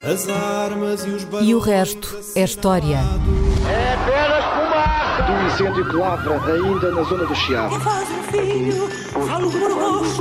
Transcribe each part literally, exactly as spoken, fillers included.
As armas e os E o resto é história. É apenas fumaça! Do incêndio que lavra ainda na zona do Chiado. Quem faz um filho, falo por gosto.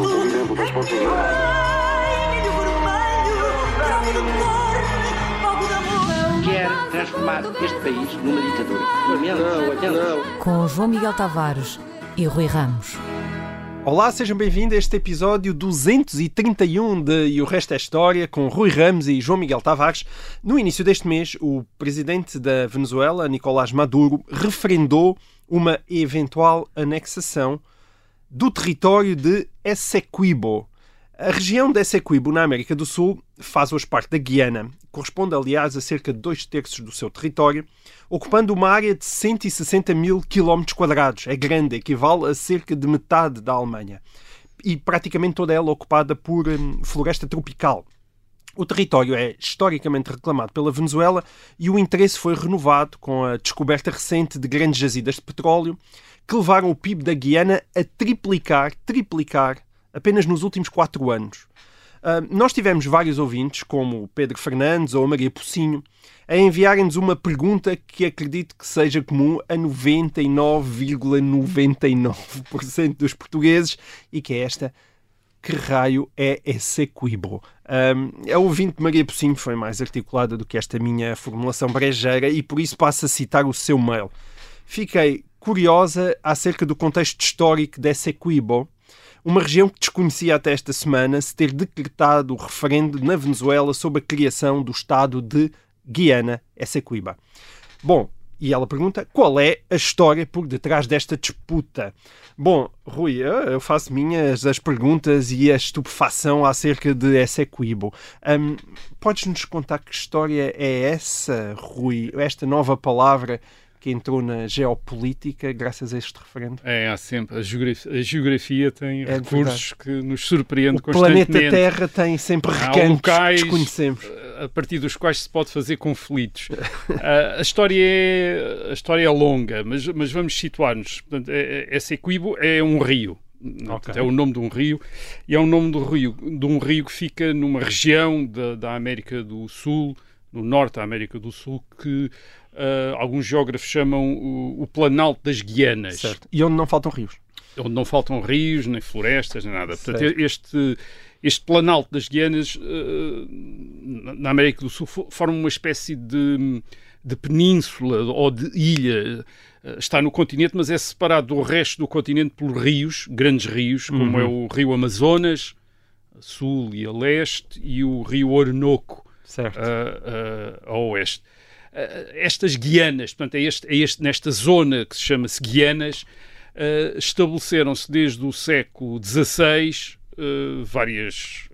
Ai, milho vermelho, bravo de cor, fogo de amor. Quer transformar este país numa ditadura. Não, não. Com João Miguel Tavares e Rui Ramos. Olá, sejam bem-vindos a este episódio duzentos e trinta e um de E o Resto é História, com Rui Ramos e João Miguel Tavares. No início deste mês, o presidente da Venezuela, Nicolás Maduro, referendou uma eventual anexação do território de Essequibo. A região de Essequibo, na América do Sul, faz hoje parte da Guiana. Corresponde, aliás, a cerca de dois terços do seu território, ocupando uma área de cento e sessenta mil quilómetros quadrados. É grande, equivale a cerca de metade da Alemanha. E praticamente toda ela ocupada por hum, floresta tropical. O território é historicamente reclamado pela Venezuela e o interesse foi renovado com a descoberta recente de grandes jazidas de petróleo que levaram o P I B da Guiana a triplicar, triplicar, apenas nos últimos quatro anos. Uh, nós tivemos vários ouvintes, como o Pedro Fernandes ou a Maria Pocinho, a enviarem-nos uma pergunta que acredito que seja comum a noventa e nove vírgula noventa e nove por cento dos portugueses, e que é esta: que raio é Essequibo? Um, a ouvinte Maria Pocinho foi mais articulada do que esta minha formulação brejeira e por isso passo a citar o seu mail. Fiquei curiosa acerca do contexto histórico de Essequibo, uma região que desconhecia até esta semana se ter decretado o referendo na Venezuela sobre a criação do Estado de Guiana Essequiba. Bom, e ela pergunta qual é a história por detrás desta disputa. Bom, Rui, eu faço minhas as perguntas e a estupefação acerca de Essequibo. Um, Podes-nos contar que história é essa, Rui? Esta nova palavra que entrou na geopolítica graças a este referendo? É, há sempre. A geografia, a geografia tem é recursos que nos surpreendem o constantemente. O planeta Terra tem sempre recantos que desconhecemos, a partir dos quais se pode fazer conflitos. a, a, história é, a história é longa, mas, mas vamos situar-nos. Portanto, Essequibo é um rio. Okay. É o nome de um rio, e é o nome do rio, de um rio que fica numa região da, da América do Sul, no norte da América do Sul, que Uh, alguns geógrafos chamam o, o Planalto das Guianas. Certo. E onde não faltam rios. Onde não faltam rios, nem florestas, nem nada. Portanto, este, este Planalto das Guianas, uh, na América do Sul, forma uma espécie de, de península ou de ilha. Uh, está no continente, mas é separado do resto do continente por rios, grandes rios, como uhum. é o Rio Amazonas, a sul e a leste, e o Rio Orinoco, certo. Uh, uh, a oeste. Estas Guianas, portanto, é, este, é este, nesta zona que se chama-se Guianas, uh, estabeleceram-se desde o século dezasseis uh, vários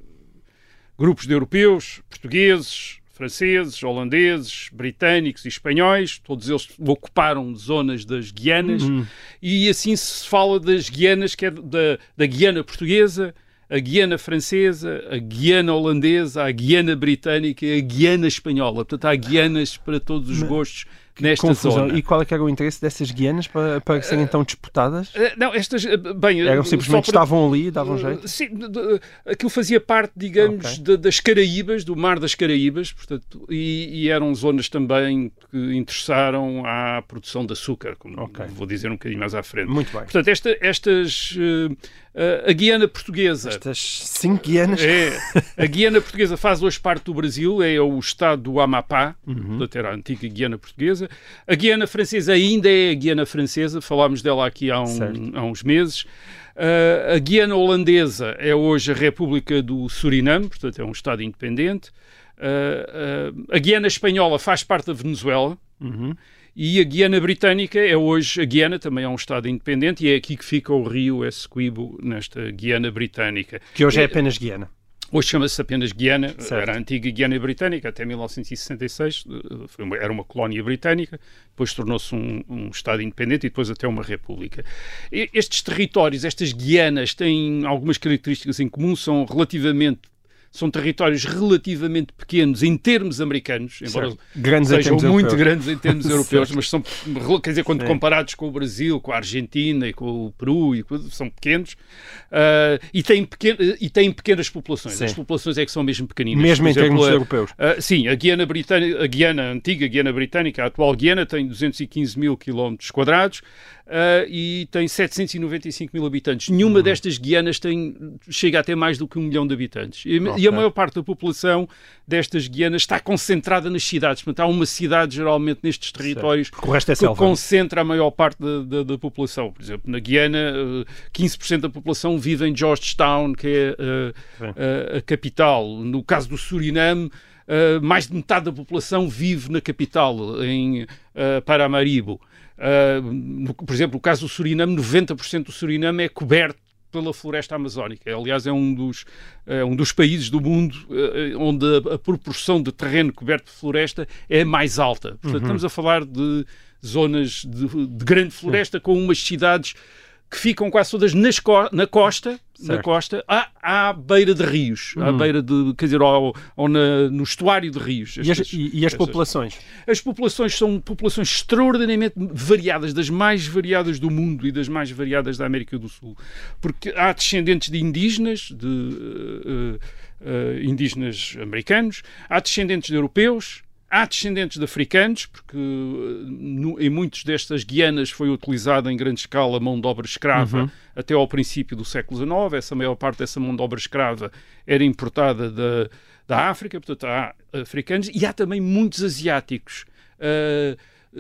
grupos de europeus, portugueses, franceses, holandeses, britânicos e espanhóis, todos eles ocuparam zonas das Guianas, uhum. e assim se fala das Guianas, que é da, da Guiana portuguesa, a Guiana francesa, a Guiana holandesa, a Guiana britânica e a Guiana espanhola. Portanto, há Guianas para todos os gostos nesta confusão. zona. E qual é que era o interesse dessas Guianas para, para serem tão disputadas? Uh, não, estas... Bem, Eram simplesmente para, estavam ali e davam uh, jeito? Sim, aquilo fazia parte, digamos, okay. de, das Caraíbas, do Mar das Caraíbas, portanto, e, e eram zonas também que interessaram à produção de açúcar, como okay. vou dizer um bocadinho mais à frente. Muito bem. Portanto, esta, estas... Uh, uh, a Guiana portuguesa... Estas cinco Guianas... É, a Guiana portuguesa faz hoje parte do Brasil, é o estado do Amapá, uhum. portanto, era a antiga Guiana portuguesa. A Guiana francesa ainda é a Guiana francesa, falámos dela aqui há, um, há uns meses. Uh, a Guiana holandesa é hoje a República do Suriname, portanto é um Estado independente. Uh, uh, a Guiana espanhola faz parte da Venezuela. Uhum. E a Guiana britânica é hoje, a Guiana também é um Estado independente, e é aqui que fica o rio Essequibo, nesta Guiana britânica. Que hoje é apenas Guiana. Hoje chama-se apenas Guiana, certo. Era a antiga Guiana Britânica, até mil novecentos e sessenta e seis, foi uma, era uma colónia britânica, depois tornou-se um, um Estado independente e depois até uma república. E estes territórios, estas Guianas, têm algumas características em comum, são relativamente, são territórios relativamente pequenos em termos americanos, embora grandes sejam muito europeus. grandes em termos europeus, mas são, quer dizer, quando Sim. comparados com o Brasil, com a Argentina e com o Peru, e com, são pequenos, uh, e, têm pequen, e têm pequenas populações. Sim. As populações é que são mesmo pequeninas. Mesmo Por em exemplo, termos a, europeus. Uh, sim, a Guiana Britânica, a Guiana, a antiga Guiana Britânica, a atual Guiana, tem duzentos e quinze mil quilómetros quadrados uh, e tem setecentos e noventa e cinco mil habitantes. Nenhuma uhum. destas Guianas tem, chega a ter mais do que um milhão de habitantes. E, okay. e a maior parte da população destas Guianas está concentrada nas cidades. Portanto, há uma cidade, geralmente, nestes territórios porque o resto é que selva. concentra a maior parte da, da, da população. Por exemplo, na Guiana, uh, quinze por cento da população vive em Georgetown, que é uh, uh, a capital. No caso do Suriname, Uh, mais de metade da população vive na capital, em uh, Paramaribo. Uh, no, por exemplo, no caso do Suriname, noventa por cento do Suriname é coberto pela floresta amazónica. Aliás, é um dos, é um dos países do mundo uh, onde a, a proporção de terreno coberto por floresta é mais alta. Portanto, uhum. estamos a falar de zonas de, de grande floresta, com umas cidades que ficam quase todas nas co na costa, certo. na costa à, à beira de rios, hum. à beira de, quer dizer, ao, ao na, no estuário de rios. Estas, e as, e, e as estas, populações? As populações são populações extraordinariamente variadas, das mais variadas do mundo e das mais variadas da América do Sul, porque há descendentes de indígenas, de uh, uh, indígenas americanos, há descendentes de europeus, há descendentes de africanos, porque no, em muitas destas Guianas foi utilizada em grande escala mão de obra escrava uhum. até ao princípio do século dezenove. Essa maior parte dessa mão de obra escrava era importada da, da África, portanto há africanos, e há também muitos asiáticos, uh,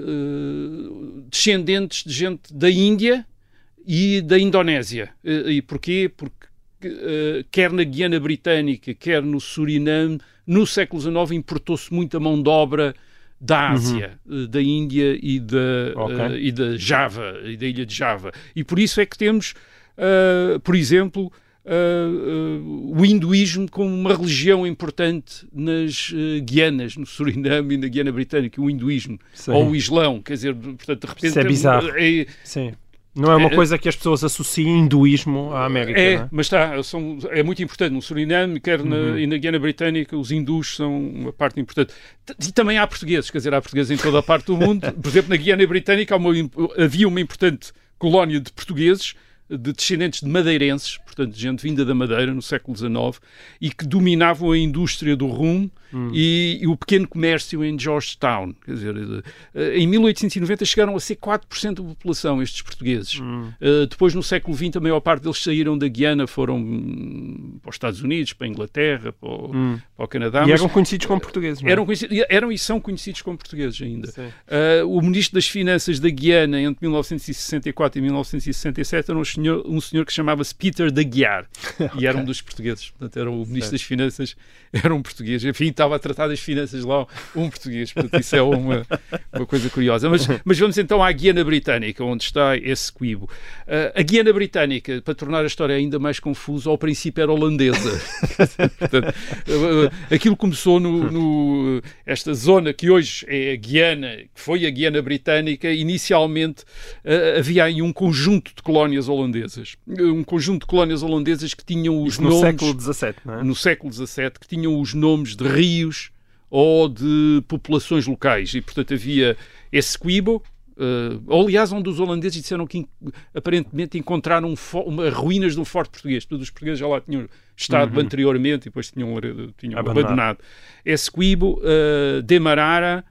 uh, descendentes de gente da Índia e da Indonésia. Uh, e porquê? Porque Uh, quer na Guiana Britânica, quer no Suriname, no século dezenove importou-se muita mão de obra da Ásia, uhum. uh, da Índia e da, okay. uh, e da Java, e da ilha de Java. E por isso é que temos, uh, por exemplo, uh, uh, o hinduísmo como uma religião importante nas uh, Guianas, no Suriname e na Guiana Britânica, o hinduísmo, Sim. ou o Islão, quer dizer, portanto, de repente... Isso é bizarro. É, Sim. Não é uma coisa que as pessoas associem hinduísmo à América, é, não é? Mas está, são, é muito importante. No Suriname, quer na, uhum. e na Guiana Britânica, os hindus são uma parte importante. E também há portugueses, quer dizer, há portugueses em toda a parte do mundo. Por exemplo, na Guiana Britânica há uma, havia uma importante colónia de portugueses, de descendentes de madeirenses, portanto, de gente vinda da Madeira, no século dezenove, e que dominavam a indústria do rum hum. e, e o pequeno comércio em Georgetown. Quer dizer, em mil oitocentos e noventa chegaram a ser quatro por cento da população, estes portugueses. Hum. Uh, depois, no século vinte, a maior parte deles saíram da Guiana, foram hum, para os Estados Unidos, para a Inglaterra, para o, hum. para o Canadá. E mas, eram conhecidos como portugueses, não é? Eram, eram e são conhecidos como portugueses ainda. Uh, o ministro das Finanças da Guiana, entre mil novecentos e sessenta e quatro e mil novecentos e sessenta e sete, era um senhor, um senhor que chamava-se Peter de Aguiar, okay. e era um dos portugueses. Portanto, era o ministro certo. das Finanças, era um português. Enfim, estava a tratar das finanças lá um português. Portanto, isso é uma, uma coisa curiosa. Mas, mas vamos então à Guiana Britânica, onde está esse Essequibo. Uh, a Guiana Britânica, para tornar a história ainda mais confusa, ao princípio era holandesa. Portanto, uh, aquilo começou no, no... Esta zona que hoje é a Guiana, que foi a Guiana Britânica, inicialmente uh, havia aí um conjunto de colónias holandesas. Um conjunto de colónias holandesas que tinham os Isso no nomes... século dezassete, não é? No século dezassete, que tinham os nomes de rios ou de populações locais. E, portanto, havia Essequibo, uh, aliás, um dos holandeses disseram que aparentemente encontraram um uma, ruínas de um forte português. Todos os portugueses já lá tinham estado uhum. anteriormente e depois tinham, tinham abandonado. abandonado. Essequibo, uh, Demerara,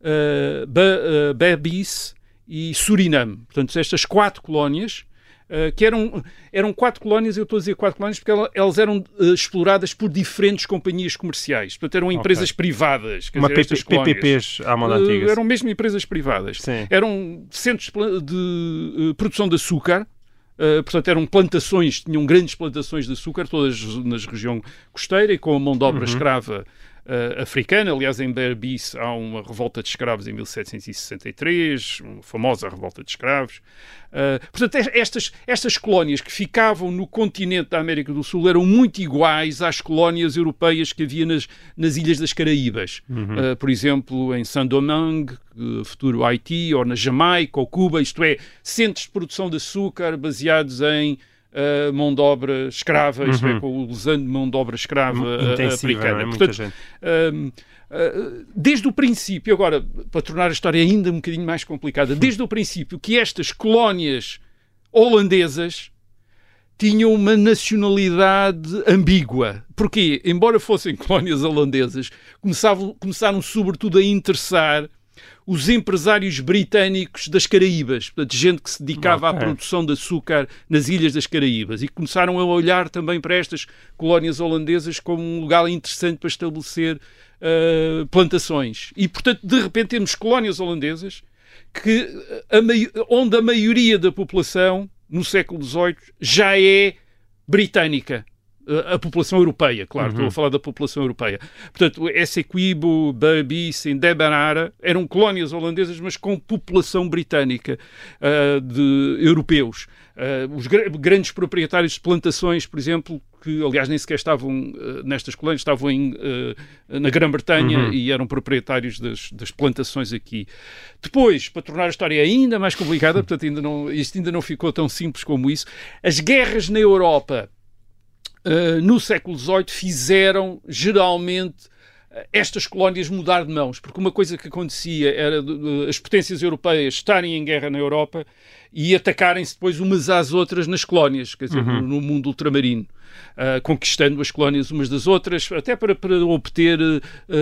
uh, Ba, uh, Babis e Suriname. Portanto, estas quatro colónias... Uh, que eram, eram quatro colónias, eu estou a dizer quatro colónias porque elas, elas eram uh, exploradas por diferentes companhias comerciais, portanto eram empresas okay. privadas. Quer Uma dizer, estas P P Ps à moda antiga. Uh, eram mesmo empresas privadas. Sim. Eram centros de uh, produção de açúcar, uh, portanto eram plantações, tinham grandes plantações de açúcar, todas na região costeira e com a mão de obra uhum. escrava Uh, africana. Aliás, em Berbice há uma revolta de escravos em mil setecentos e sessenta e três, uma famosa revolta de escravos. Uh, portanto, estas, estas colónias que ficavam no continente da América do Sul eram muito iguais às colónias europeias que havia nas, nas Ilhas das Caraíbas. Uhum. Uh, por exemplo, em Saint-Domingue, uh, futuro Haiti, ou na Jamaica, ou Cuba, isto é, centros de produção de açúcar baseados em uh, mão de obra escrava, uhum. isto é, com o usando de mão de obra escrava intensiva, africana. não é? Portanto, Muita gente. Uh, uh, desde o princípio, agora, para tornar a história ainda um bocadinho mais complicada, desde o princípio que estas colónias holandesas tinham uma nacionalidade ambígua. Porquê? Embora fossem colónias holandesas, começavam, começaram sobretudo a interessar os empresários britânicos das Caraíbas, portanto, gente que se dedicava okay. à produção de açúcar nas ilhas das Caraíbas, e começaram a olhar também para estas colónias holandesas como um lugar interessante para estabelecer uh, plantações. E, portanto, de repente temos colónias holandesas que, a mai- onde a maioria da população no século dezoito já é britânica. A população europeia, claro, uhum. estou a falar da população europeia. Portanto, Essequibo, Berbice e Demerara eram colónias holandesas, mas com população britânica, uh, de europeus. Uh, os gr- grandes proprietários de plantações, por exemplo, que aliás nem sequer estavam uh, nestas colónias, estavam em, uh, na Grã-Bretanha uhum. e eram proprietários das, das plantações aqui. Depois, para tornar a história ainda mais complicada, portanto, ainda não, isto ainda não ficou tão simples como isso, as guerras na Europa Uh, no século dezoito fizeram geralmente uh, estas colónias mudar de mãos, porque uma coisa que acontecia era uh, as potências europeias estarem em guerra na Europa e atacarem-se depois umas às outras nas colónias, quer dizer, uhum. no, no mundo ultramarino, uh, conquistando as colónias umas das outras, até para, para obter uh,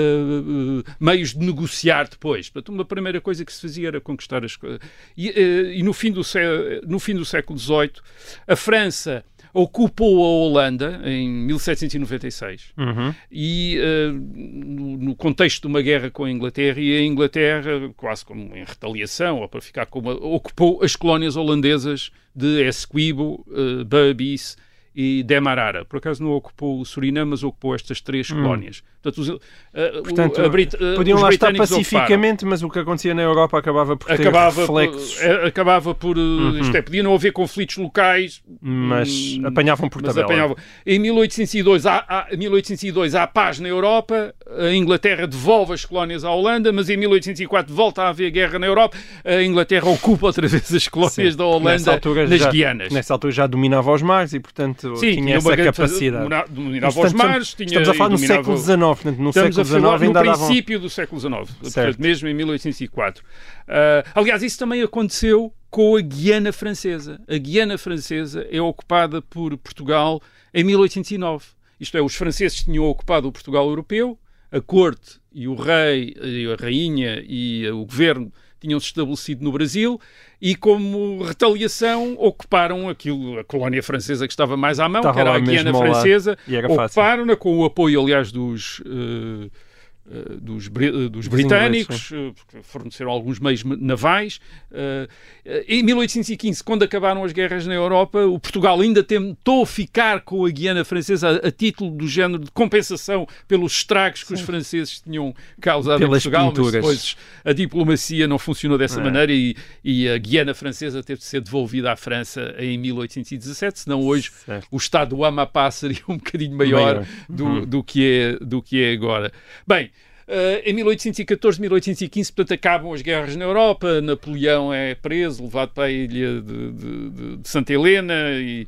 uh, meios de negociar depois. Portanto, uma primeira coisa que se fazia era conquistar as coisas. E, uh, e no, fim do sé- no fim do século dezoito, a França ocupou a Holanda em mil setecentos e noventa e seis uhum. e uh, no, no contexto de uma guerra com a Inglaterra, e a Inglaterra, quase como em retaliação, ou para ficar como, ocupou as colónias holandesas de Essequibo, uh, Berbice e Demerara. Por acaso não ocupou o Suriname, mas ocupou estas três hum. colónias. Portanto, os, uh, Portanto o, a Brit- uh, podiam lá estar pacificamente, ocuparam. Mas o que acontecia na Europa acabava por ter acabava reflexos. Por, acabava por... Uhum. Isto é, podia não haver conflitos locais, mas hum, apanhavam por mas tabela. Apanhavam. Em mil oitocentos e dois, há, há, mil oitocentos e dois há paz na Europa, a Inglaterra devolve as colónias à Holanda, mas em mil oitocentos e quatro volta a haver guerra na Europa, a Inglaterra ocupa outra vez as colónias Sim, da Holanda nas já, Guianas. Nessa altura já dominava os mares e, portanto, Sim, tinha essa capacidade. Faz, dominava os mares. Tinha, estamos a falar no século dezenove, portanto, no século dezenove ainda no davam... princípio do século dezenove, portanto, mesmo em mil oitocentos e quatro. Uh, aliás, isso também aconteceu com a Guiana Francesa. A Guiana Francesa é ocupada por Portugal em mil oitocentos e nove. Isto é, os franceses tinham ocupado o Portugal europeu, a corte e o rei, e a rainha e o governo tinham-se estabelecido no Brasil e, como retaliação, ocuparam aquilo, a colónia francesa que estava mais à mão, estava que era a Guiana Francesa, ocuparam-na com o apoio, aliás, dos... Uh, Uh, dos, uh, dos britânicos, uh, porque forneceram alguns meios navais. Uh, uh, em mil oitocentos e quinze, quando acabaram as guerras na Europa, o Portugal ainda tentou ficar com a Guiana Francesa a, a título do género de compensação pelos estragos que Sim. os franceses tinham causado Pelas em Portugal, pinturas. Mas depois a diplomacia não funcionou dessa é. maneira e, e a Guiana Francesa teve de ser devolvida à França em mil oitocentos e dezassete, senão hoje certo. o estado do Amapá seria um bocadinho maior, maior. Do, uhum. do, que é, do que é agora. Bem, Uh, em mil oitocentos e catorze, mil oitocentos e quinze, portanto, acabam as guerras na Europa, Napoleão é preso, levado para a ilha de, de, de, de Santa Helena e,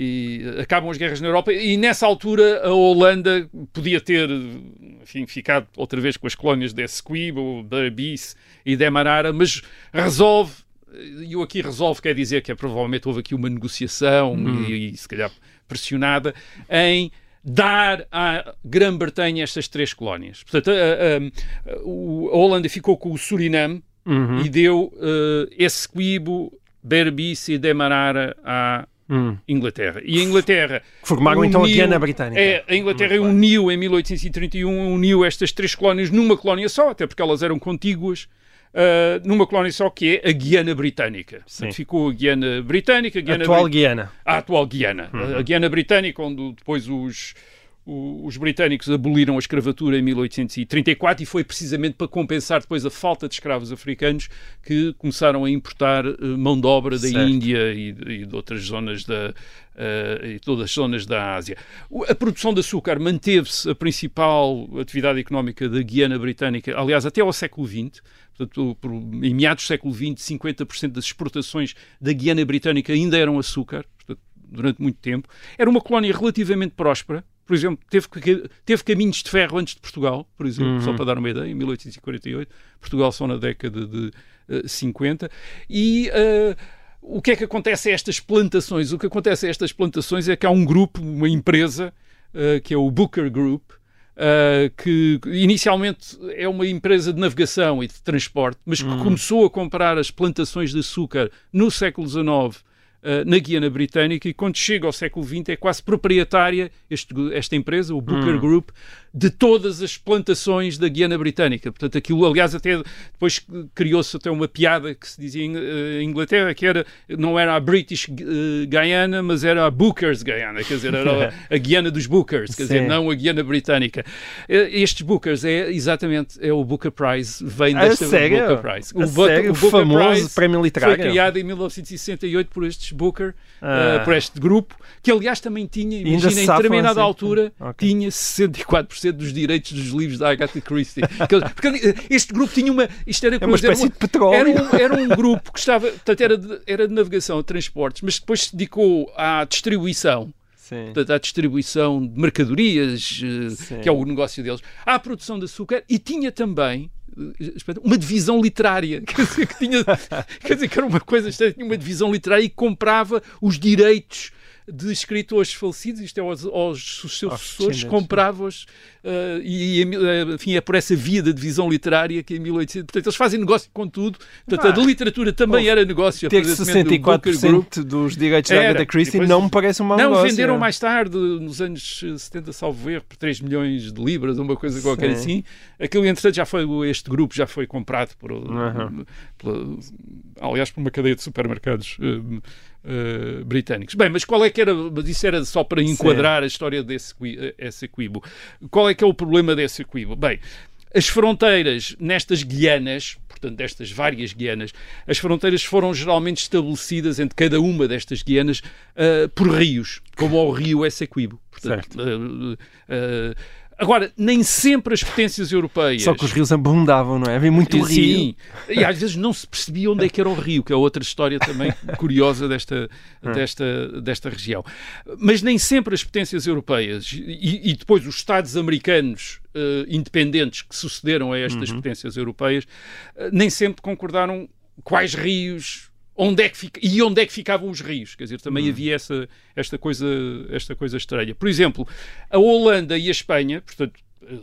e acabam as guerras na Europa, e nessa altura a Holanda podia ter, enfim, ficado outra vez com as colónias de Essequibo, Berbice e Demerara, mas resolve, e eu aqui resolve quer dizer que é, provavelmente houve aqui uma negociação hum. e, e se calhar pressionada, em dar à Grã-Bretanha estas três colónias. Portanto, a, a, a, a Holanda ficou com o Suriname uhum. e deu uh, Essequibo, Berbice e Demerara à hum. Inglaterra. E a Inglaterra... Formaram uniu, então a Guiana Britânica. É, a Inglaterra Muito uniu bem. em mil oitocentos e trinta e um, uniu estas três colónias numa colónia só, até porque elas eram contíguas, Uh, numa colónia só, que é a Guiana Britânica. Portanto, ficou a Guiana Britânica. A Guiana atual Brit... Guiana. A atual Guiana. Uhum. A Guiana Britânica, onde depois os, os britânicos aboliram a escravatura em mil oitocentos e trinta e quatro, e foi precisamente para compensar depois a falta de escravos africanos que começaram a importar uh, mão de obra da certo. Índia e, e de outras zonas da... Uh, e todas as zonas da Ásia. A produção de açúcar manteve-se a principal atividade económica da Guiana Britânica, aliás, até ao século vinte. Portanto, por, em meados do século vinte, cinquenta por cento das exportações da Guiana Britânica ainda eram açúcar. Portanto, durante muito tempo. Era uma colónia relativamente próspera. Por exemplo, teve, teve caminhos de ferro antes de Portugal, por exemplo, uhum. só para dar uma ideia, em mil oitocentos e quarenta e oito. Portugal só na década de uh, cinquenta. E uh, o que é que acontece a estas plantações? O que acontece a estas plantações é que há um grupo, uma empresa, uh, que é o Booker Group, uh, que inicialmente é uma empresa de navegação e de transporte, mas que uhum. começou a comprar as plantações de açúcar no século dezenove, Uh, na Guiana Britânica, e quando chega ao século vinte é quase proprietária, este, esta empresa, o Booker hum. Group, de todas as plantações da Guiana Britânica. Portanto, aquilo, aliás, até depois criou-se até uma piada que se dizia em uh, Inglaterra, que era, não era a British uh, Guiana, mas era a Booker's Guiana, quer dizer, era a, a Guiana dos Bookers, quer Sim. dizer, não a Guiana Britânica. Uh, estes Bookers, é exatamente, é o Booker Prize, vem desta Booker Prize. O, sério? o Booker famoso Prize prémio literário. Foi criado em mil novecentos e sessenta e oito por estes Booker, ah. uh, por este grupo, que aliás também tinha, imagina, em determinada assim. altura, okay. tinha sessenta e quatro por cento dos direitos dos livros da Agatha Christie. Porque este grupo tinha uma... Isto era, é uma espécie era uma, de petróleo. Era um, era um grupo que estava... Portanto, era de, era de navegação, de transportes, mas depois se dedicou à distribuição. Sim. Portanto, à distribuição de mercadorias, Sim. que é o negócio deles, à produção de açúcar, e tinha também uma divisão literária, quer dizer, que tinha, quer dizer, que era uma coisa, tinha uma divisão literária e comprava os direitos de escritores falecidos, isto é, aos, aos seus sucessores, comprava-os, uh, e, enfim, é por essa via da divisão literária que em mil e oitocentos... Portanto, eles fazem negócio com tudo. Portanto, ah, a literatura também era negócio. Ter sessenta e quatro por cento dos direitos da Agatha Christie não me parece um mau não, negócio. Não, venderam mais tarde, nos anos setenta, salvo erro, por três milhões de libras, uma coisa qualquer Sim. assim. Aquilo, entretanto, já foi, este grupo já foi comprado por, uhum. pela, aliás, por uma cadeia de supermercados uh, Uh, britânicos. Bem, mas qual é que era, mas isso era só para enquadrar Sim. a história desse esse equívoco. Qual é que é o problema desse equívoco? Bem, as fronteiras nestas Guianas, portanto, destas várias Guianas, as fronteiras foram geralmente estabelecidas entre cada uma destas Guianas uh, por rios, como o rio Essequibo. Portanto, uh, uh, agora, nem sempre as potências europeias... Só que os rios abundavam, não é? Havia muito rio. Sim, e às vezes não se percebia onde é que era o rio, que é outra história também curiosa desta, desta, desta região. Mas nem sempre as potências europeias e, e depois os Estados americanos uh, independentes que sucederam a estas uhum. potências europeias, uh, nem sempre concordaram quais rios... Onde é que fica, e onde é que ficavam os rios? Quer dizer, também hum. havia essa, esta, coisa, esta coisa estranha. Por exemplo, a Holanda e a Espanha, portanto,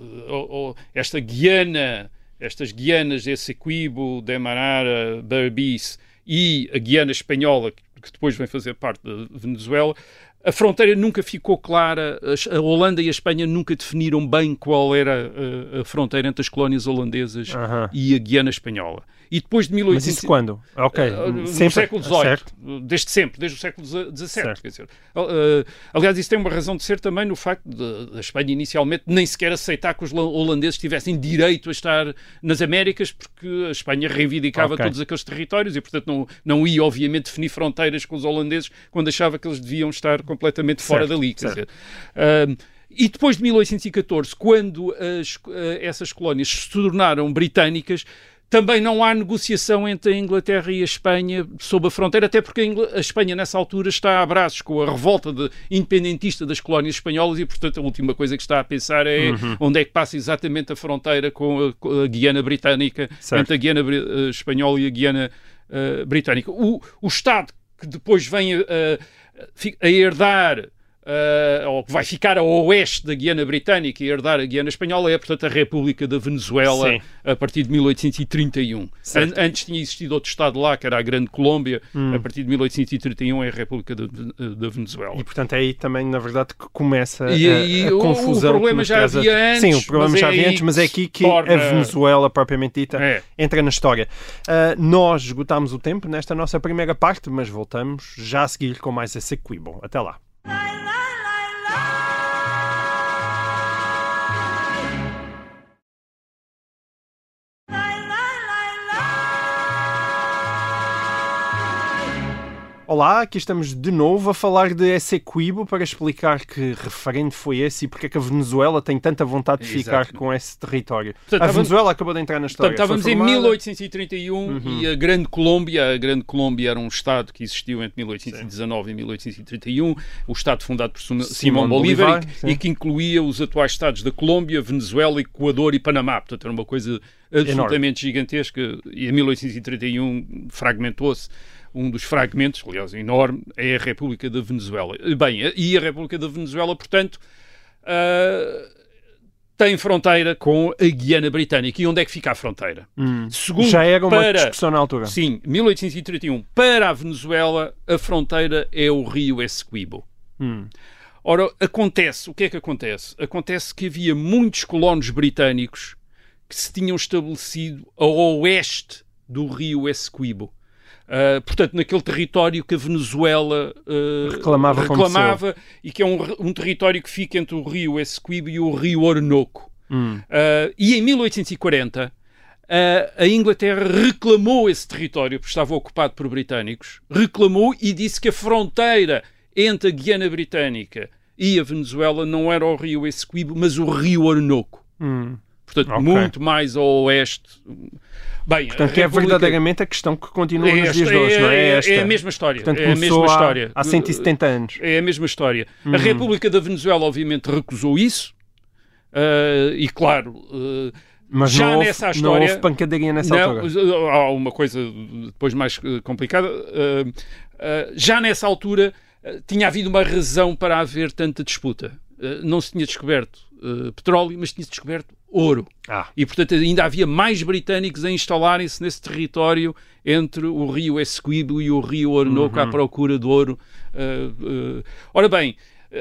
esta Guiana, estas Guianas, Essequibo, Demerara, Berbice e a Guiana Espanhola, que depois vem fazer parte da Venezuela, a fronteira nunca ficou clara, a Holanda e a Espanha nunca definiram bem qual era a, a fronteira entre as colónias holandesas uh-huh. e a Guiana Espanhola. E depois de mil e oitocentos... Mas isso quando? Ok. Uh, no sempre, século dezoito. Certo. Desde sempre, desde o século dezassete. Quer dizer, uh, aliás, isso tem uma razão de ser também no facto da Espanha inicialmente nem sequer aceitar que os holandeses tivessem direito a estar nas Américas, porque a Espanha reivindicava okay. todos aqueles territórios e, portanto, não, não ia, obviamente, definir fronteiras com os holandeses quando achava que eles deviam estar completamente fora certo, dali. Quer dizer, uh, e depois de mil oitocentos e catorze, quando as, uh, essas colónias se tornaram britânicas, também não há negociação entre a Inglaterra e a Espanha sobre a fronteira, até porque a Espanha, nessa altura, está a braços com a revolta de independentista das colónias espanholas e, portanto, a última coisa que está a pensar é uhum. onde é que passa exatamente a fronteira com a, com a Guiana Britânica, certo. entre a Guiana uh, Espanhola e a Guiana uh, Britânica. O, o Estado que depois vem a, a, a herdar... Uh, ou que vai ficar a oeste da Guiana Britânica e herdar a Guiana Espanhola é, portanto, a República da Venezuela Sim. a partir de mil oitocentos e trinta e um. An- antes tinha existido outro Estado lá, que era a Grande Colômbia, hum. a partir de mil oitocentos e trinta e um é a República da, da Venezuela. E, portanto, é aí também, na verdade, que começa e, a, e a o, confusão. O problema já havia antes. Sim, o problema já havia é antes, mas é aqui que torna... a Venezuela, propriamente dita, é. entra na história. Uh, nós esgotámos o tempo nesta nossa primeira parte, mas voltamos já a seguir com mais Essequibo. Até lá. Olá, aqui estamos de novo a falar de Essequibo para explicar que referendo foi esse e porque é que a Venezuela tem tanta vontade de ficar Exato. com esse território. Portanto, a estávamos- Venezuela acabou de entrar na história. Portanto, estávamos Foi em formada- mil oitocentos e trinta e um Uhum. e a Grande Colômbia, a Grande Colômbia era um Estado que existiu entre mil oitocentos e dezanove e mil oitocentos e trinta e um, o Estado fundado por Sim- Simão Bolívar, Bolívar, e, sim. e que incluía os atuais Estados da Colômbia, Venezuela, Equador e Panamá. Portanto, era uma coisa absolutamente gigantesca, e em mil oitocentos e trinta e um fragmentou-se. Um dos fragmentos, aliás, enorme, é a República da Venezuela. Bem, e a República da Venezuela, portanto, uh, tem fronteira com a Guiana Britânica. E onde é que fica a fronteira? Hum. Segundo, Já era uma para, discussão na altura. Sim, mil oitocentos e trinta e um. Para a Venezuela, a fronteira é o rio Essequibo. Hum. Ora, acontece, o que é que acontece? Acontece que havia muitos colonos britânicos que se tinham estabelecido a oeste do rio Essequibo. Uh, portanto, naquele território que a Venezuela uh, Reclamava como reclamava e que é um, um território que fica entre o rio Essequibo e o rio Orinoco. Hum. Uh, e em mil oitocentos e quarenta, uh, a Inglaterra reclamou esse território, porque estava ocupado por britânicos, reclamou e disse que a fronteira entre a Guiana Britânica e a Venezuela não era o rio Essequibo, mas o rio Orinoco. Hum. Portanto, Ok. muito mais ao oeste. Bem, Portanto, a que é República- verdadeiramente a questão que continua é nos esta, dias de hoje, é, não é? Esta. É a mesma história. Portanto, é a começou mesma há- história. há cento e setenta anos. É a mesma história. Uhum. A República da Venezuela, obviamente, recusou isso. uh, e, claro, uh, Mas já não houve, nessa não história... houve pancadaria nessa não, altura. há uma coisa depois mais uh, complicada. Uh, uh, já nessa altura uh, tinha havido uma razão para haver tanta disputa. Uh, não se tinha descoberto uh, petróleo, mas tinha-se descoberto ouro. Ah. E, portanto, ainda havia mais britânicos a instalarem-se nesse território entre o rio Essequibo e o rio Orinoco Uhum. à procura de ouro. Uh, uh, ora bem,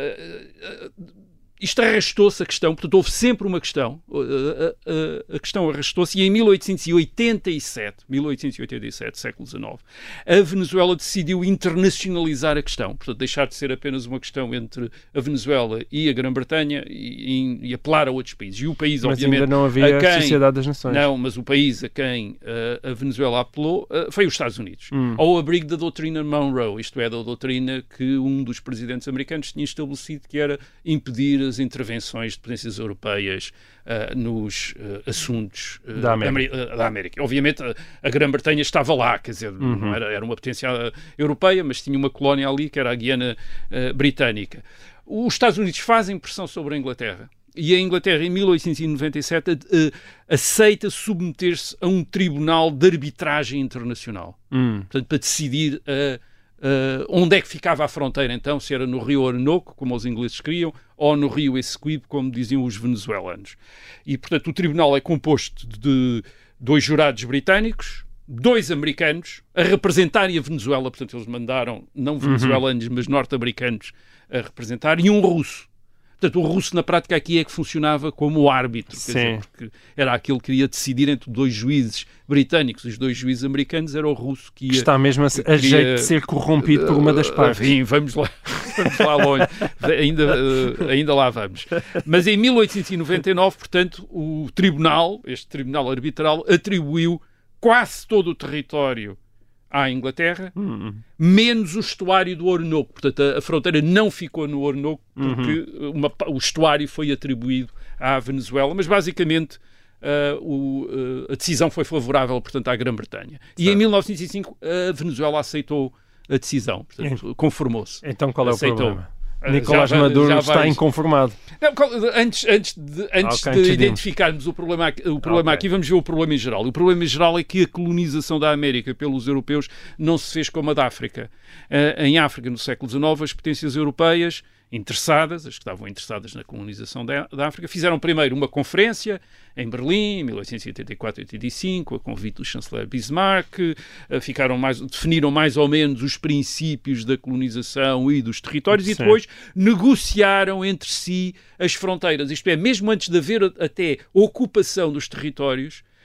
uh, uh, isto arrastou-se a questão, portanto, houve sempre uma questão. Uh, uh, uh, a questão arrastou-se e em mil oitocentos e oitenta e sete, mil oitocentos e oitenta e sete, século dezenove, a Venezuela decidiu internacionalizar a questão, portanto, deixar de ser apenas uma questão entre a Venezuela e a Grã-Bretanha e, e, e apelar a outros países. E o país, Mas obviamente, ainda não havia a quem, a Sociedade das Nações. não, mas o país a quem uh, a Venezuela apelou uh, foi os Estados Unidos, Hum. ao abrigo da doutrina Monroe, isto é, da doutrina que um dos presidentes americanos tinha estabelecido, que era impedir as intervenções de potências europeias uh, nos uh, assuntos uh, Da América. Ameri- uh, da América. Obviamente a, a Grã-Bretanha estava lá, quer dizer, Uhum. não era, era uma potência uh, europeia, mas tinha uma colónia ali que era a Guiana uh, Britânica. Os Estados Unidos fazem pressão sobre a Inglaterra. E a Inglaterra, em mil oitocentos e noventa e sete, uh, aceita submeter-se a um tribunal de arbitragem internacional. Hum. Portanto, para decidir uh, uh, onde é que ficava a fronteira, então, se era no rio Orinoco, como os ingleses queriam, ou no rio Essequibo, como diziam os venezuelanos. E, portanto, o tribunal é composto de dois jurados britânicos, dois americanos, a representarem a Venezuela, portanto, eles mandaram não venezuelanos, mas norte-americanos a representar, e um russo. Portanto, o russo, na prática, aqui é que funcionava como árbitro, quer dizer, porque era aquele que iria decidir entre dois juízes britânicos. Os dois juízes americanos, era o russo que ia... Que está mesmo a, a queria- jeito de ser corrompido por uma das partes. Enfim, vamos lá, vamos lá longe. ainda, uh, ainda lá vamos. Mas em mil oitocentos e noventa e nove, portanto, o tribunal, este tribunal arbitral, atribuiu quase todo o território à Inglaterra, Hum. menos o estuário do Orinoco. Portanto, a, a fronteira não ficou no Orinoco porque uma, o estuário foi atribuído à Venezuela, mas basicamente uh, o, uh, a decisão foi favorável, portanto, à Grã-Bretanha. E em mil novecentos e cinco a Venezuela aceitou a decisão, portanto, conformou-se. Então qual é Aceitou. o problema? Uh, Nicolás já- Maduro já está vários- inconformado. Não, qual- antes, antes de, antes Ok, de decidimos. identificarmos o problema, aqui- o problema Ok. aqui, vamos ver o problema em geral. O problema em geral é que a colonização da América pelos europeus não se fez como a da África. Uh, em África, no século dezenove, as potências europeias interessadas, as que estavam interessadas na colonização da, da África, fizeram primeiro uma conferência em Berlim, em mil oitocentos e oitenta e quatro a oitenta e cinco, a convite do chanceler Bismarck, uh, ficaram mais, definiram mais ou menos os princípios da colonização e dos territórios. Sim. E depois negociaram entre si as fronteiras. Isto é, mesmo antes de haver até ocupação dos territórios,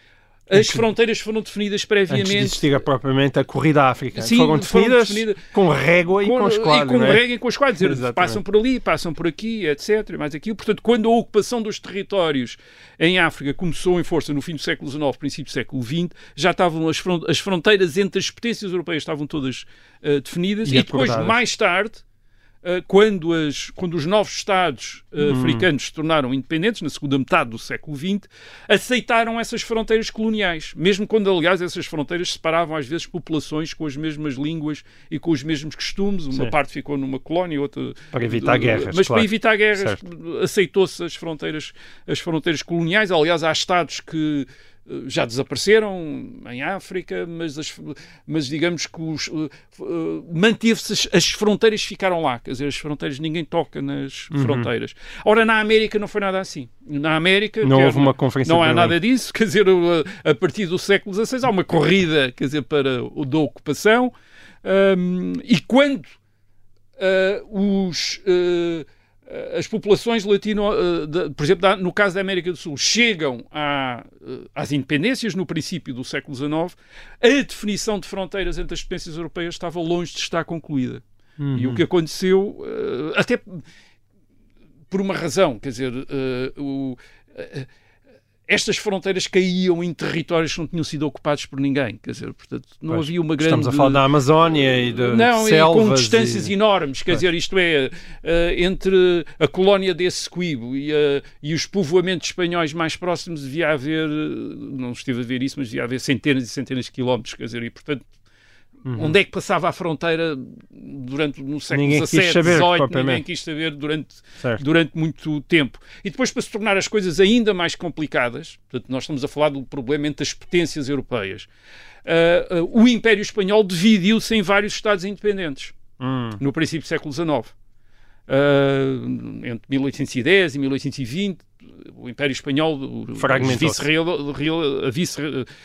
As fronteiras foram definidas previamente. Antes de existir propriamente a corrida à África. Sim, foram definidas foram definidas com régua e com, com esquadro. E com não é? régua e com esquadro. Dizer, Exatamente. passam por ali, passam por aqui, etcétera. Mais aquilo. Portanto, quando a ocupação dos territórios em África começou em força no fim do século dezenove, princípio do século vinte, já estavam as, front as fronteiras entre as potências europeias estavam todas uh, definidas. E, e depois, mais tarde, Uh, quando, as, quando os novos Estados uh, hum. africanos se tornaram independentes, na segunda metade do século vinte, aceitaram essas fronteiras coloniais, mesmo quando, aliás, essas fronteiras separavam às vezes populações com as mesmas línguas e com os mesmos costumes. Uma Sim. parte ficou numa colónia, outra... Para evitar guerras, Mas claro. para evitar guerras aceitou-se as fronteiras, as fronteiras coloniais. Aliás, há Estados que já desapareceram em África, mas, as, mas digamos que os, uh, uh, manteve-se, as, as fronteiras ficaram lá, quer dizer, as fronteiras, ninguém toca nas uhum. fronteiras. Ora, na América não foi nada assim. Na América não quer, houve uma conferência não há nada disso, quer dizer, a, a partir do século dezasseis há uma corrida, quer dizer, para o da ocupação, um, e quando uh, os... Uh, as populações latino, por exemplo, no caso da América do Sul, chegam à, às independências no princípio do século dezenove, a definição de fronteiras entre as potências europeias estava longe de estar concluída. Uhum. E o que aconteceu, até por uma razão, quer dizer, o... estas fronteiras caíam em territórios que não tinham sido ocupados por ninguém, quer dizer, portanto, não pois, havia uma grande... Estamos a falar da Amazónia e de não, selvas... Não, com distâncias e... enormes, quer pois. dizer, isto é, uh, entre a colónia de Essequibo e, uh, e os povoamentos espanhóis mais próximos devia haver, não estive a ver isso, mas devia haver centenas e centenas de quilómetros, quer dizer, e portanto, Uhum. onde é que passava a fronteira durante no século dezassete, dezoito, ninguém quis saber durante, durante muito tempo. E depois, para se tornar as coisas ainda mais complicadas, portanto, nós estamos a falar do problema entre as potências europeias, uh, uh, o Império Espanhol dividiu-se em vários Estados independentes, hum. no princípio do século dezenove. Uh, entre mil oitocentos e dez e mil oitocentos e vinte, o Império Espanhol, os vice-reinados vice,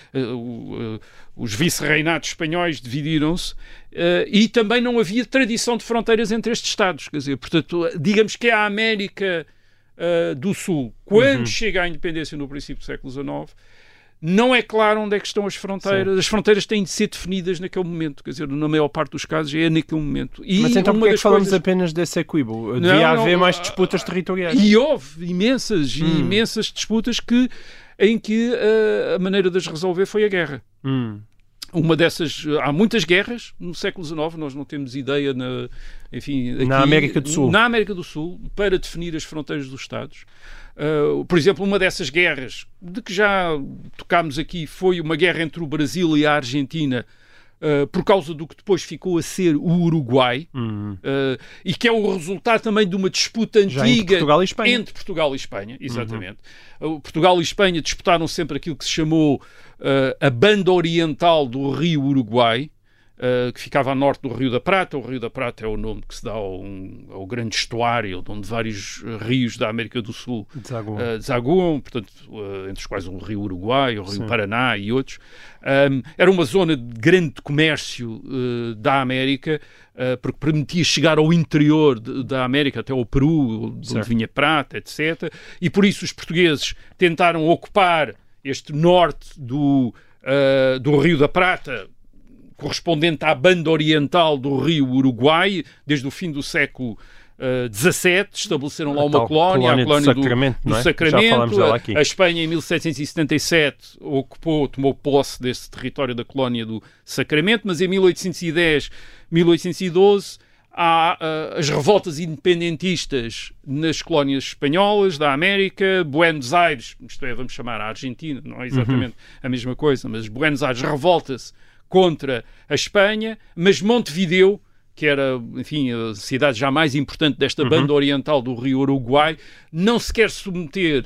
uh, uh, vice espanhóis dividiram-se uh, e também não havia tradição de fronteiras entre estes Estados. Quer dizer, portanto, digamos que é a América uh, do Sul, quando uhum. chega à independência no princípio do século dezenove, não é claro onde é que estão as fronteiras. Sim. As fronteiras têm de ser definidas naquele momento. Quer dizer, na maior parte dos casos é naquele momento. E mas então porquê é que falamos coisas... apenas desse Essequibo? Devia não, não, haver mais disputas territoriais. E houve imensas, hum. imensas disputas que, em que uh, a maneira de as resolver foi a guerra. Hum. Uma dessas... Há muitas guerras no século dezenove, nós não temos ideia na... Enfim, aqui, na América do Sul. Na América do Sul, para definir as fronteiras dos Estados. Uh, por exemplo, uma dessas guerras de que já tocámos aqui foi uma guerra entre o Brasil e a Argentina uh, por causa do que depois ficou a ser o Uruguai uhum. uh, e que é o resultado também de uma disputa antiga entre Portugal e Espanha. Entre Portugal e Espanha, exatamente. Uhum. Uh, Portugal e Espanha disputaram sempre aquilo que se chamou uh, a banda oriental do rio Uruguai, Uh, que ficava a norte do Rio da Prata. O Rio da Prata é o nome que se dá ao, um, ao grande estuário onde vários rios da América do Sul desaguam, uh, desaguam portanto, uh, entre os quais o Rio Uruguai, o Rio Sim. Paraná e outros. Um, era uma zona de grande comércio uh, da América, uh, porque permitia chegar ao interior de, da América, até ao Peru, de onde vinha prata, etcétera. E por isso os portugueses tentaram ocupar este norte do, uh, do Rio da Prata, correspondente à banda oriental do rio Uruguai, desde o fim do século dezassete, uh, estabeleceram lá uma colónia, colónia, a colónia do Sacramento. Do, do é? Sacramento. A, a Espanha, em mil setecentos e setenta e sete, ocupou, tomou posse desse território da colónia do Sacramento, mas em mil oitocentos e dez, mil oitocentos e doze, há uh, as revoltas independentistas nas colónias espanholas da América. Buenos Aires, isto é, vamos chamar a Argentina, não é exatamente uhum. a mesma coisa, mas Buenos Aires revolta-se contra a Espanha, mas Montevideo, que era, enfim, a cidade já mais importante desta uhum. banda oriental do rio Uruguai, não se quer submeter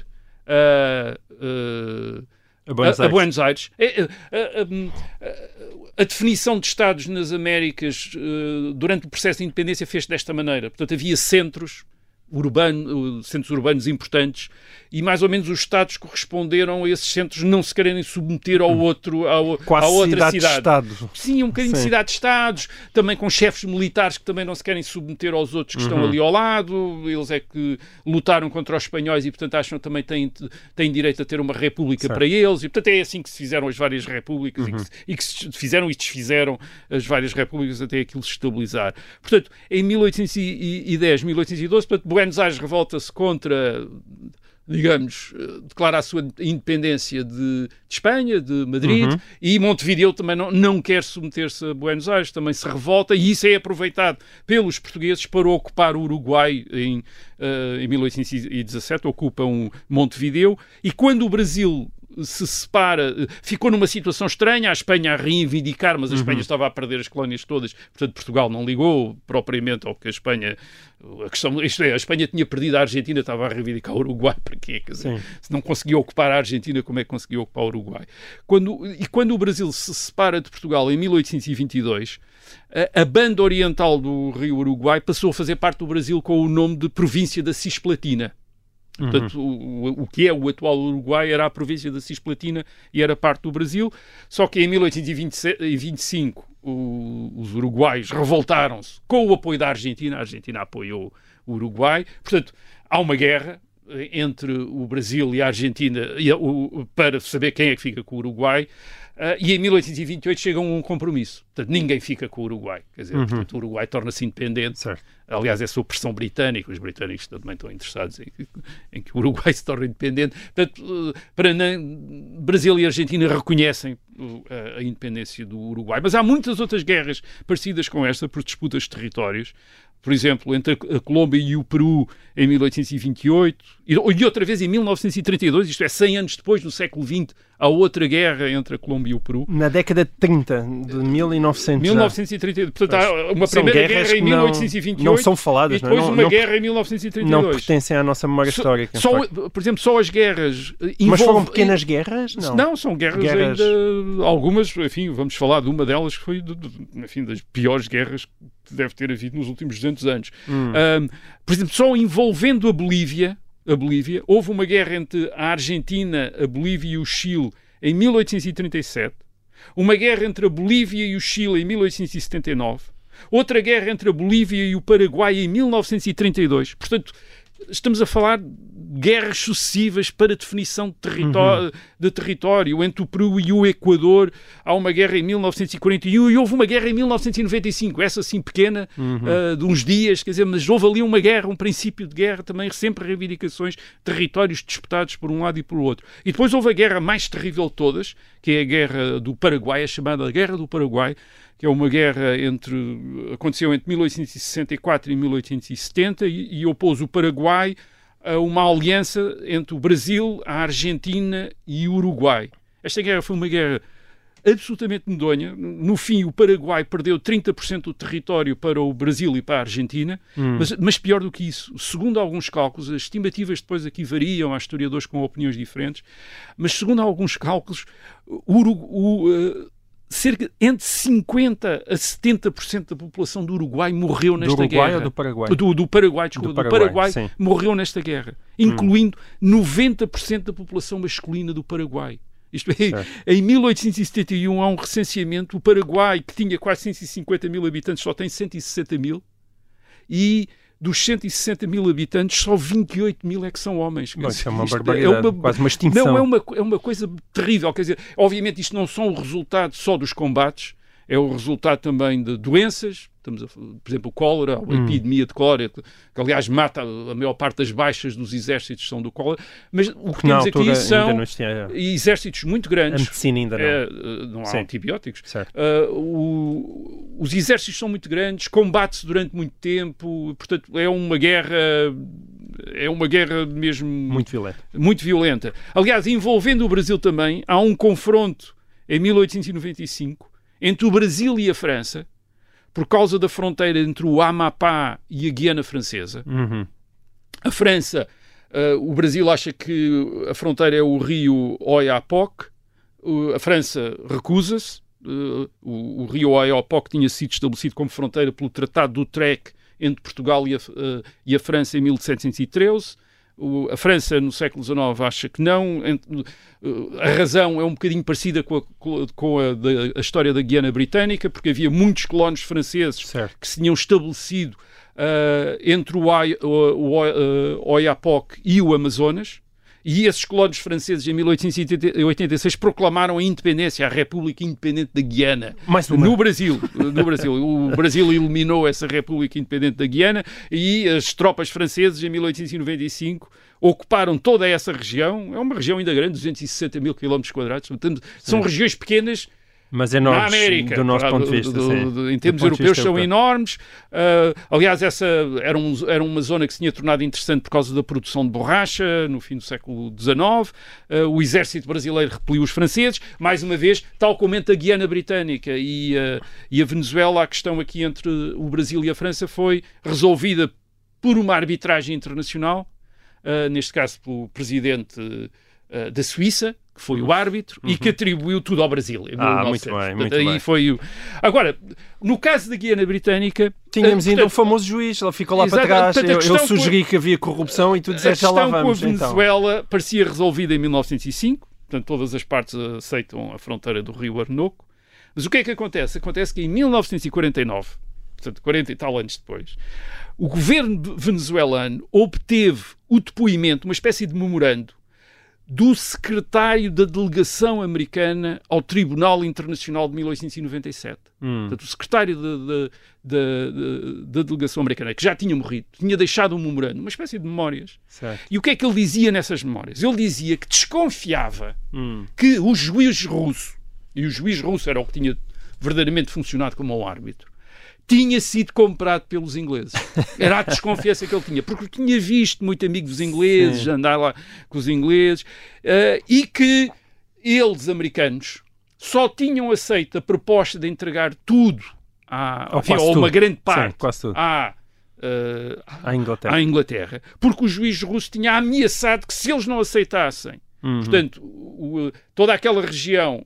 a, a, a, Buenos, a, a Buenos Aires. A, a, a, a definição de Estados nas Américas durante o processo de independência fez desta maneira. Portanto, havia centros urbano, centros urbanos importantes, e mais ou menos os Estados corresponderam a esses centros não se quererem submeter ao outro, ao, Quase à outra cidade. cidade. Estado. Sim, um bocadinho Sim. de cidades-estados, também com chefes militares que também não se querem submeter aos outros que Uhum. estão ali ao lado. Eles é que lutaram contra os espanhóis e, portanto, acham que também têm, têm direito a ter uma república certo. para eles. E, portanto, é assim que se fizeram as várias repúblicas Uhum. e, que se, e que se fizeram e desfizeram as várias repúblicas até aquilo se estabilizar. Portanto, em mil oitocentos e dez, mil oitocentos e doze, portanto, Buenos Aires revolta-se contra, digamos, declara a sua independência de, de Espanha, de Madrid, uhum. e Montevideo também não, não quer submeter-se a Buenos Aires, também se revolta, e isso é aproveitado pelos portugueses para ocupar o Uruguai em, uh, em mil oitocentos e dezassete, ocupam Montevideo, e quando o Brasil se separa, ficou numa situação estranha, a Espanha a reivindicar, mas a Espanha uhum. estava a perder as colónias todas, portanto Portugal não ligou propriamente ao que a Espanha, a questão, isto é, a Espanha tinha perdido a Argentina, estava a reivindicar o Uruguai, para quê? Quer dizer, se não conseguiu ocupar a Argentina, como é que conseguiu ocupar o Uruguai? Quando, e quando o Brasil se separa de Portugal em mil oitocentos e vinte e dois, a, a banda oriental do Rio Uruguai passou a fazer parte do Brasil com o nome de Província da Cisplatina. Portanto, uhum. o, o que é o atual Uruguai era a província da Cisplatina e era parte do Brasil, só que em mil oitocentos e vinte e cinco o, os uruguaios revoltaram-se com o apoio da Argentina, a Argentina apoiou o Uruguai, portanto, há uma guerra entre o Brasil e a Argentina e, o, para saber quem é que fica com o Uruguai. Uh, e em mil oitocentos e vinte e oito chegam a um compromisso. Portanto, ninguém fica com o Uruguai. Quer dizer, uhum. portanto, o Uruguai torna-se independente. Certo. Aliás, é sob pressão britânica. Os britânicos também estão interessados em, em que o Uruguai se torne independente. Portanto, uh, para na, Brasil e Argentina reconhecem uh, a independência do Uruguai. Mas há muitas outras guerras parecidas com esta por disputas de territórios. Por exemplo, entre a Colômbia e o Peru em mil oitocentos e vinte e oito, e outra vez em mil novecentos e trinta e dois, isto é, cem anos depois, no século vinte, há outra guerra entre a Colômbia e o Peru. Na década de trinta, de mil e novecentos. mil novecentos e trinta e dois. Portanto, há uma primeira guerra em mil oitocentos e vinte e oito. Não são faladas, e depois não, uma não, guerra em mil novecentos e trinta e dois. Não pertencem à nossa memória só, histórica. Só, por exemplo, só as guerras... Envolve... Mas foram pequenas guerras? Não, não são guerras, guerras ainda... Algumas, enfim, vamos falar de uma delas que foi, de, de, enfim, das piores guerras que deve ter havido nos últimos duzentos anos. Hum. Um, por exemplo, só envolvendo a Bolívia, a Bolívia, houve uma guerra entre a Argentina, a Bolívia e o Chile em mil oitocentos e trinta e sete, uma guerra entre a Bolívia e o Chile em mil oitocentos e setenta e nove, outra guerra entre a Bolívia e o Paraguai em mil novecentos e trinta e dois. Portanto, estamos a falar de guerras sucessivas para definição de território, uhum. de território. Entre o Peru e o Equador há uma guerra em mil novecentos e quarenta e um e houve uma guerra em mil novecentos e noventa e cinco, essa sim pequena, uhum. uh, de uns dias, quer dizer, mas houve ali uma guerra, um princípio de guerra, também sempre reivindicações, territórios disputados por um lado e por outro. E depois houve a guerra mais terrível de todas, que é a guerra do Paraguai, a chamada Guerra do Paraguai, que é uma guerra entre, aconteceu entre mil oitocentos e sessenta e quatro e mil oitocentos e setenta e, e opôs o Paraguai a uma aliança entre o Brasil, a Argentina e o Uruguai. Esta guerra foi uma guerra absolutamente medonha. No fim, o Paraguai perdeu trinta por cento do território para o Brasil e para a Argentina, hum. mas, mas pior do que isso, segundo alguns cálculos, as estimativas depois aqui variam, há historiadores com opiniões diferentes, mas segundo alguns cálculos, o Uruguai... cerca entre cinquenta a setenta por cento da população do Uruguai morreu nesta do Uruguai guerra. Ou do Paraguai? Do, do Paraguai, desculpa. Do Paraguai, do Paraguai morreu nesta guerra, incluindo hum. noventa por cento da população masculina do Paraguai. Isto é, certo. Em mil oitocentos e setenta e um há um recenseamento, o Paraguai, que tinha quatrocentos e cinquenta mil habitantes, só tem cento e sessenta mil, e dos cento e sessenta mil habitantes, só vinte e oito mil é que são homens. Bom, isso é uma barbaridade, é uma, quase uma extinção. Não, é uma, é uma coisa terrível. Quer dizer, obviamente isto não são o resultado só dos combates, é o resultado também de doenças. Estamos a, por exemplo, o cólera, a hum. epidemia de cólera, que, que aliás mata a maior parte das baixas dos exércitos são do cólera, mas o que temos aqui são exércitos muito grandes. A medicina ainda não. É, não há Sim. antibióticos. Uh, o, os exércitos são muito grandes, combate-se durante muito tempo, portanto é uma guerra... É uma guerra mesmo... Muito violenta. Muito violenta. Aliás, envolvendo o Brasil também, há um confronto em mil oitocentos e noventa e cinco entre o Brasil e a França, por causa da fronteira entre o Amapá e a Guiana Francesa. Uhum. A França, uh, o Brasil acha que a fronteira é o rio Oiapoque, uh, a França recusa-se, uh, o, o rio Oiapoque tinha sido estabelecido como fronteira pelo Tratado do Utrecht entre Portugal e a, uh, e a França em mil setecentos e treze. O, a França, no século dezenove, acha que não. A razão é um bocadinho parecida com a, com a, da, a história da Guiana Britânica, porque havia muitos colonos franceses certo. que se tinham estabelecido uh, entre o, o, o, o Oiapoque e o Amazonas. E esses colonos franceses, em mil oitocentos e oitenta e seis, proclamaram a independência, a República Independente da Guiana, no Brasil. No Brasil. O Brasil eliminou essa República Independente da Guiana e as tropas francesas, em mil oitocentos e noventa e cinco, ocuparam toda essa região. É uma região ainda grande, duzentos e sessenta mil quilómetros quadrados. São regiões pequenas, mas enormes, na América, do nosso para, ponto de vista. Do, do, do, em termos europeus são europeu. enormes. Uh, aliás, essa era, um, era uma zona que se tinha tornado interessante por causa da produção de borracha no fim do século dezenove. Uh, o exército brasileiro repeliu os franceses. Mais uma vez, tal como entre a Guiana Britânica e, uh, e a Venezuela, a questão aqui entre o Brasil e a França foi resolvida por uma arbitragem internacional, uh, neste caso pelo presidente uh, da Suíça, que foi o árbitro, uhum. e que atribuiu tudo ao Brasil. Em ah, mil e novecentos. muito bem, muito Aí bem. Foi o... Agora, no caso da Guiana Britânica... Tínhamos uh, ainda portanto, o famoso juiz, ele ficou lá exato, para trás, portanto, eu, eu sugeri com... que havia corrupção e tu disseste já lá vamos. A questão com a Venezuela então. parecia resolvida em mil novecentos e cinco, portanto todas as partes aceitam a fronteira do Rio Orinoco, mas o que é que acontece? Acontece que em mil novecentos e quarenta e nove, portanto quarenta e tal anos depois, o governo venezuelano obteve o depoimento, uma espécie de memorando, do secretário da delegação americana ao Tribunal Internacional de mil oitocentos e noventa e sete. Hum. Portanto, o secretário da, da, da, da delegação americana, que já tinha morrido, tinha deixado um memorando, uma espécie de memórias. Certo. E o que é que ele dizia nessas memórias? Ele dizia que desconfiava hum. que o juiz russo, e o juiz russo era o que tinha verdadeiramente funcionado como um árbitro, tinha sido comprado pelos ingleses. Era a desconfiança que ele tinha, porque tinha visto muito amigo dos ingleses, Sim. andar lá com os ingleses, uh, e que eles, americanos, só tinham aceito a proposta de entregar tudo, à, ou, enfim, ou uma grande parte, Sim, quase tudo. À, uh, à, Inglaterra. à Inglaterra, porque o juiz russo tinha ameaçado que se eles não aceitassem, uhum. portanto, o, toda aquela região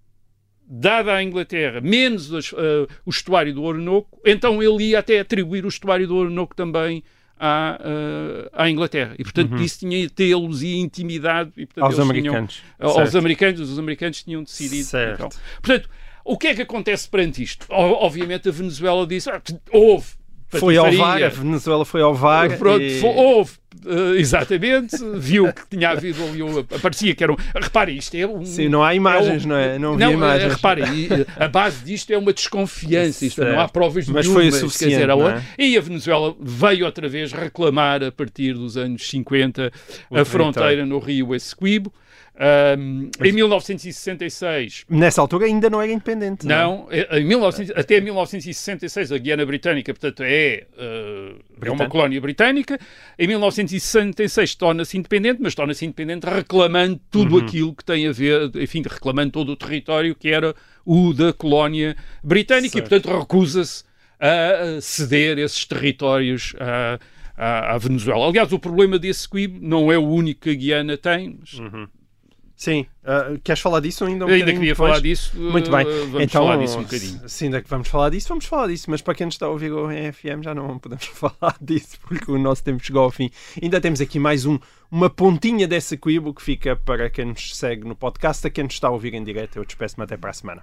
dada à Inglaterra, menos as, uh, o estuário do Orinoco, então ele ia até atribuir o estuário do Orinoco também à, uh, à Inglaterra. E, portanto, uhum. isso tinha tê-los e intimidado. E, portanto, aos americanos. Tinham, aos americanos. Os americanos tinham decidido. Certo. Então. Portanto, o que é que acontece perante isto? Obviamente a Venezuela disse, ah, houve. Foi ao V A R, a Venezuela foi ao V A R. Pronto, e... foi, houve, uh, exatamente, viu que tinha havido ali, um, parecia que era um... Repare, isto é um... Sim, não há imagens, é um, não é? Não, não imagens. Repare, a base disto é uma desconfiança, isto, não há provas Mas nenhumas. Foi o suficiente, quer dizer, não é? E a Venezuela veio outra vez reclamar, a partir dos anos cinquenta, o a fronteira no Rio Essequibo. Um, em mil novecentos e sessenta e seis... Nessa altura ainda não era independente. Não, não em mil e novecentos, até mil novecentos e sessenta e seis a Guiana Britânica, portanto, é, uh, é uma colónia britânica. Em mil novecentos e sessenta e seis torna-se independente, mas torna-se independente reclamando tudo uhum. aquilo que tem a ver, enfim, reclamando todo o território que era o da colónia britânica, certo. E, portanto, recusa-se a ceder esses territórios a, a, à Venezuela. Aliás, o problema desse Essequibo não é o único que a Guiana tem, mas... Uhum. Sim, uh, queres falar disso ainda um Eu ainda depois? queria falar disso. Muito bem, uh, vamos então, falar disso um bocadinho. Sim, ainda que vamos falar disso, vamos falar disso, mas para quem nos está a ouvir o F M já não podemos falar disso, porque o nosso tempo chegou ao fim. Ainda temos aqui mais um, uma pontinha desse Essequibo que fica para quem nos segue no podcast, a quem nos está a ouvir em direto. Eu despeço-me até para a semana.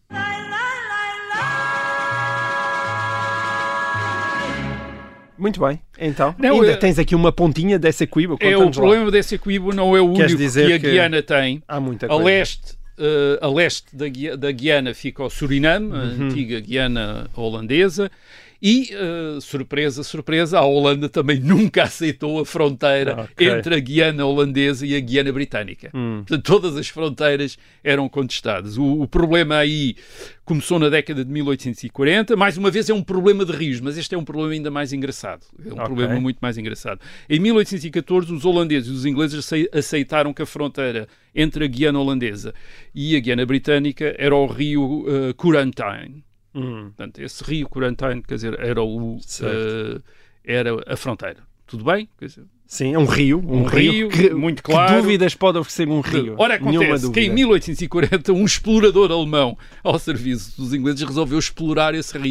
Muito bem, então, não, ainda é, tens aqui uma pontinha desse Essequibo. É, o problema lá. Desse Essequibo não é o único que a Guiana que tem. Há muita coisa. A leste, uh, a leste da, Gui- da Guiana fica o Suriname, uhum. a antiga Guiana holandesa, e, uh, surpresa, surpresa, a Holanda também nunca aceitou a fronteira okay. entre a Guiana holandesa e a Guiana britânica. Hum. Portanto, todas as fronteiras eram contestadas. O, o problema aí começou na década de mil oitocentos e quarenta. Mais uma vez, é um problema de rios, mas este é um problema ainda mais engraçado. É um okay. problema muito mais engraçado. Em mil oitocentos e catorze, os holandeses e os ingleses aceitaram que a fronteira entre a Guiana holandesa e a Guiana britânica era o rio uh, Corentyne. Hum. Portanto, esse rio Corentyne, quer dizer, era, o, uh, era a fronteira. Tudo bem? Quer dizer, sim, é um rio. Um, um rio, rio que, muito claro. Que dúvidas pode oferecer um rio? Ora, acontece que em mil oitocentos e quarenta um explorador alemão ao serviço dos ingleses resolveu explorar esse rio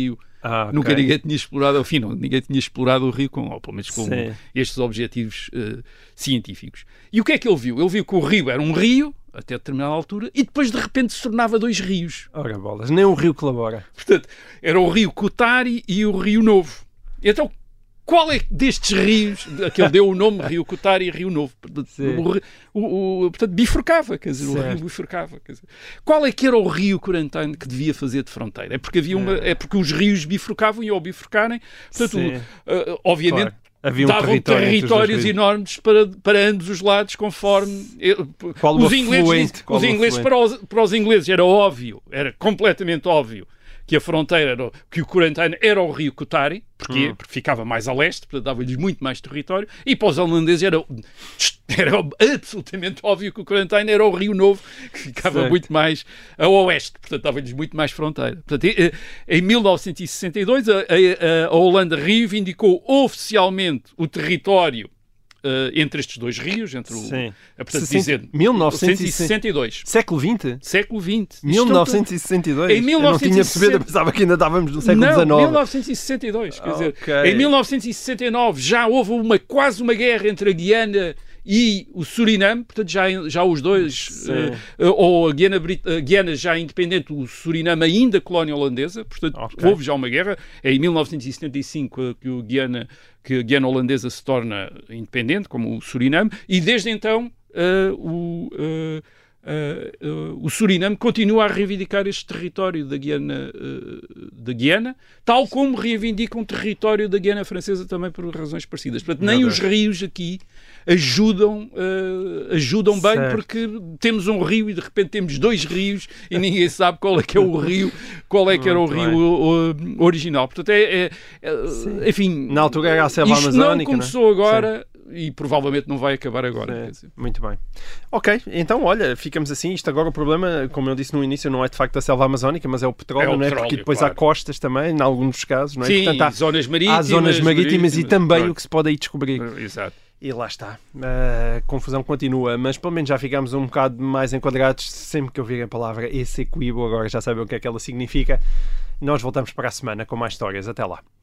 Ah, okay. Nunca ninguém tinha explorado, ao fim, não, ninguém tinha explorado o rio, com, ou pelo menos com Sim. estes objetivos uh, científicos. E o que é que ele viu? Ele viu que o rio era um rio, até determinada altura, e depois de repente se tornava dois rios. Ora bolas, nem o rio colabora. Portanto, era o rio Cutari e o Rio Novo. Então, qual é destes rios, que ele deu o nome Rio Cutari e Rio Novo, o, o, o, portanto, bifurcava, quer dizer, certo. O rio bifurcava. Quer dizer, qual é que era o rio Corentin que devia fazer de fronteira? É porque, havia uma, é. é porque os rios bifurcavam e ao bifurcarem, portanto, uh, obviamente, claro. Havia um davam território territórios enormes para, para ambos os lados, conforme qual os o ingleses, afluente, os ingleses para, os, para os ingleses era óbvio, era completamente óbvio que a fronteira, era, que o Corentin era o rio Cutari, porque, hum. porque ficava mais a leste, portanto dava-lhes muito mais território, e para os holandeses era, era absolutamente óbvio que o Corentin era o Rio Novo, que ficava certo. muito mais a oeste, portanto dava-lhes muito mais fronteira. Portanto, em mil novecentos e sessenta e dois, a, a, a Holanda reivindicou oficialmente o território Uh, entre estes dois rios, entre o... Sim. É, portanto, dizer, mil novecentos e sessenta e dois. Século vinte? Século vinte. mil novecentos e sessenta e dois? Em mil novecentos e sessenta... Eu não tinha percebido, eu pensava que ainda estávamos no século não, dezenove. mil novecentos e sessenta e dois. Quer dizer, okay. Em mil novecentos e sessenta e nove já houve uma, quase uma guerra entre a Guiana e o Suriname, portanto já, já os dois, uh, ou a Guiana, a Guiana já independente, o Suriname ainda colónia holandesa, portanto okay. houve já uma guerra. É em mil novecentos e setenta e cinco que, o Guiana, que a Guiana holandesa se torna independente, como o Suriname, e desde então uh, o... Uh, Uh, uh, o Suriname continua a reivindicar este território da Guiana, uh, da Guiana, tal como reivindica um território da Guiana francesa também por razões parecidas. Portanto, nem os rios aqui ajudam, uh, ajudam bem, certo. Porque temos um rio e de repente temos dois rios e ninguém sabe qual é que é o rio, qual é que era o rio uh, original. Portanto, é, é, é enfim, na altura era a selva isto amazónica, não começou né? agora. Sim. E provavelmente não vai acabar agora. Quer dizer. Muito bem. Ok, então olha, ficamos assim. Isto agora o problema, como eu disse no início, não é de facto a selva amazónica, mas é o petróleo, é o não é? petróleo, Porque depois claro. há costas também, em alguns dos casos, não é? Sim, portanto, há zonas marítimas. Há zonas marítimas, marítimas e também claro. O que se pode aí descobrir. Exato. E lá está. A confusão continua, mas pelo menos já ficamos um bocado mais enquadrados. Sempre que ouvir a palavra Essequibo, agora já sabem o que é que ela significa. Nós voltamos para a semana com mais histórias. Até lá.